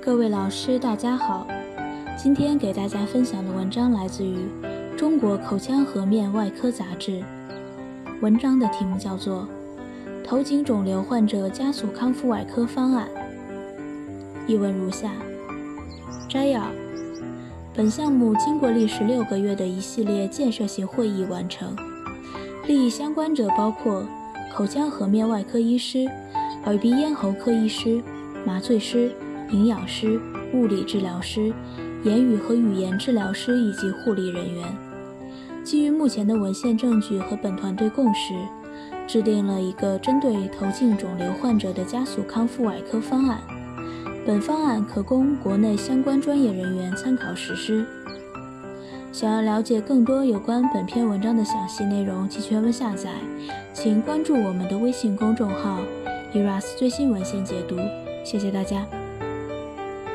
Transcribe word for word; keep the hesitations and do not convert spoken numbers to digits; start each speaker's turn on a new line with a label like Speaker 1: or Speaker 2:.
Speaker 1: 各位老师大家好，今天给大家分享的文章来自于《中国口腔颌面外科杂志》，文章的题目叫做《头颈肿瘤患者加速康复外科方案》。译文如下：摘要，本项目经过历时六个月的一系列建设性会议完成，利益相关者包括口腔颌面外科医师、耳鼻咽喉科医师、麻醉师、营养师、物理治疗师、言语和语言治疗师以及护理人员。基于目前的文献证据和本团队共识，制定了一个针对头颈肿瘤患者的加速康复外科方案。本方案可供国内相关专业人员参考实施。想要了解更多有关本篇文章的详细内容及全文下载，请关注我们的微信公众号 E R A S 最新文献解读。谢谢大家。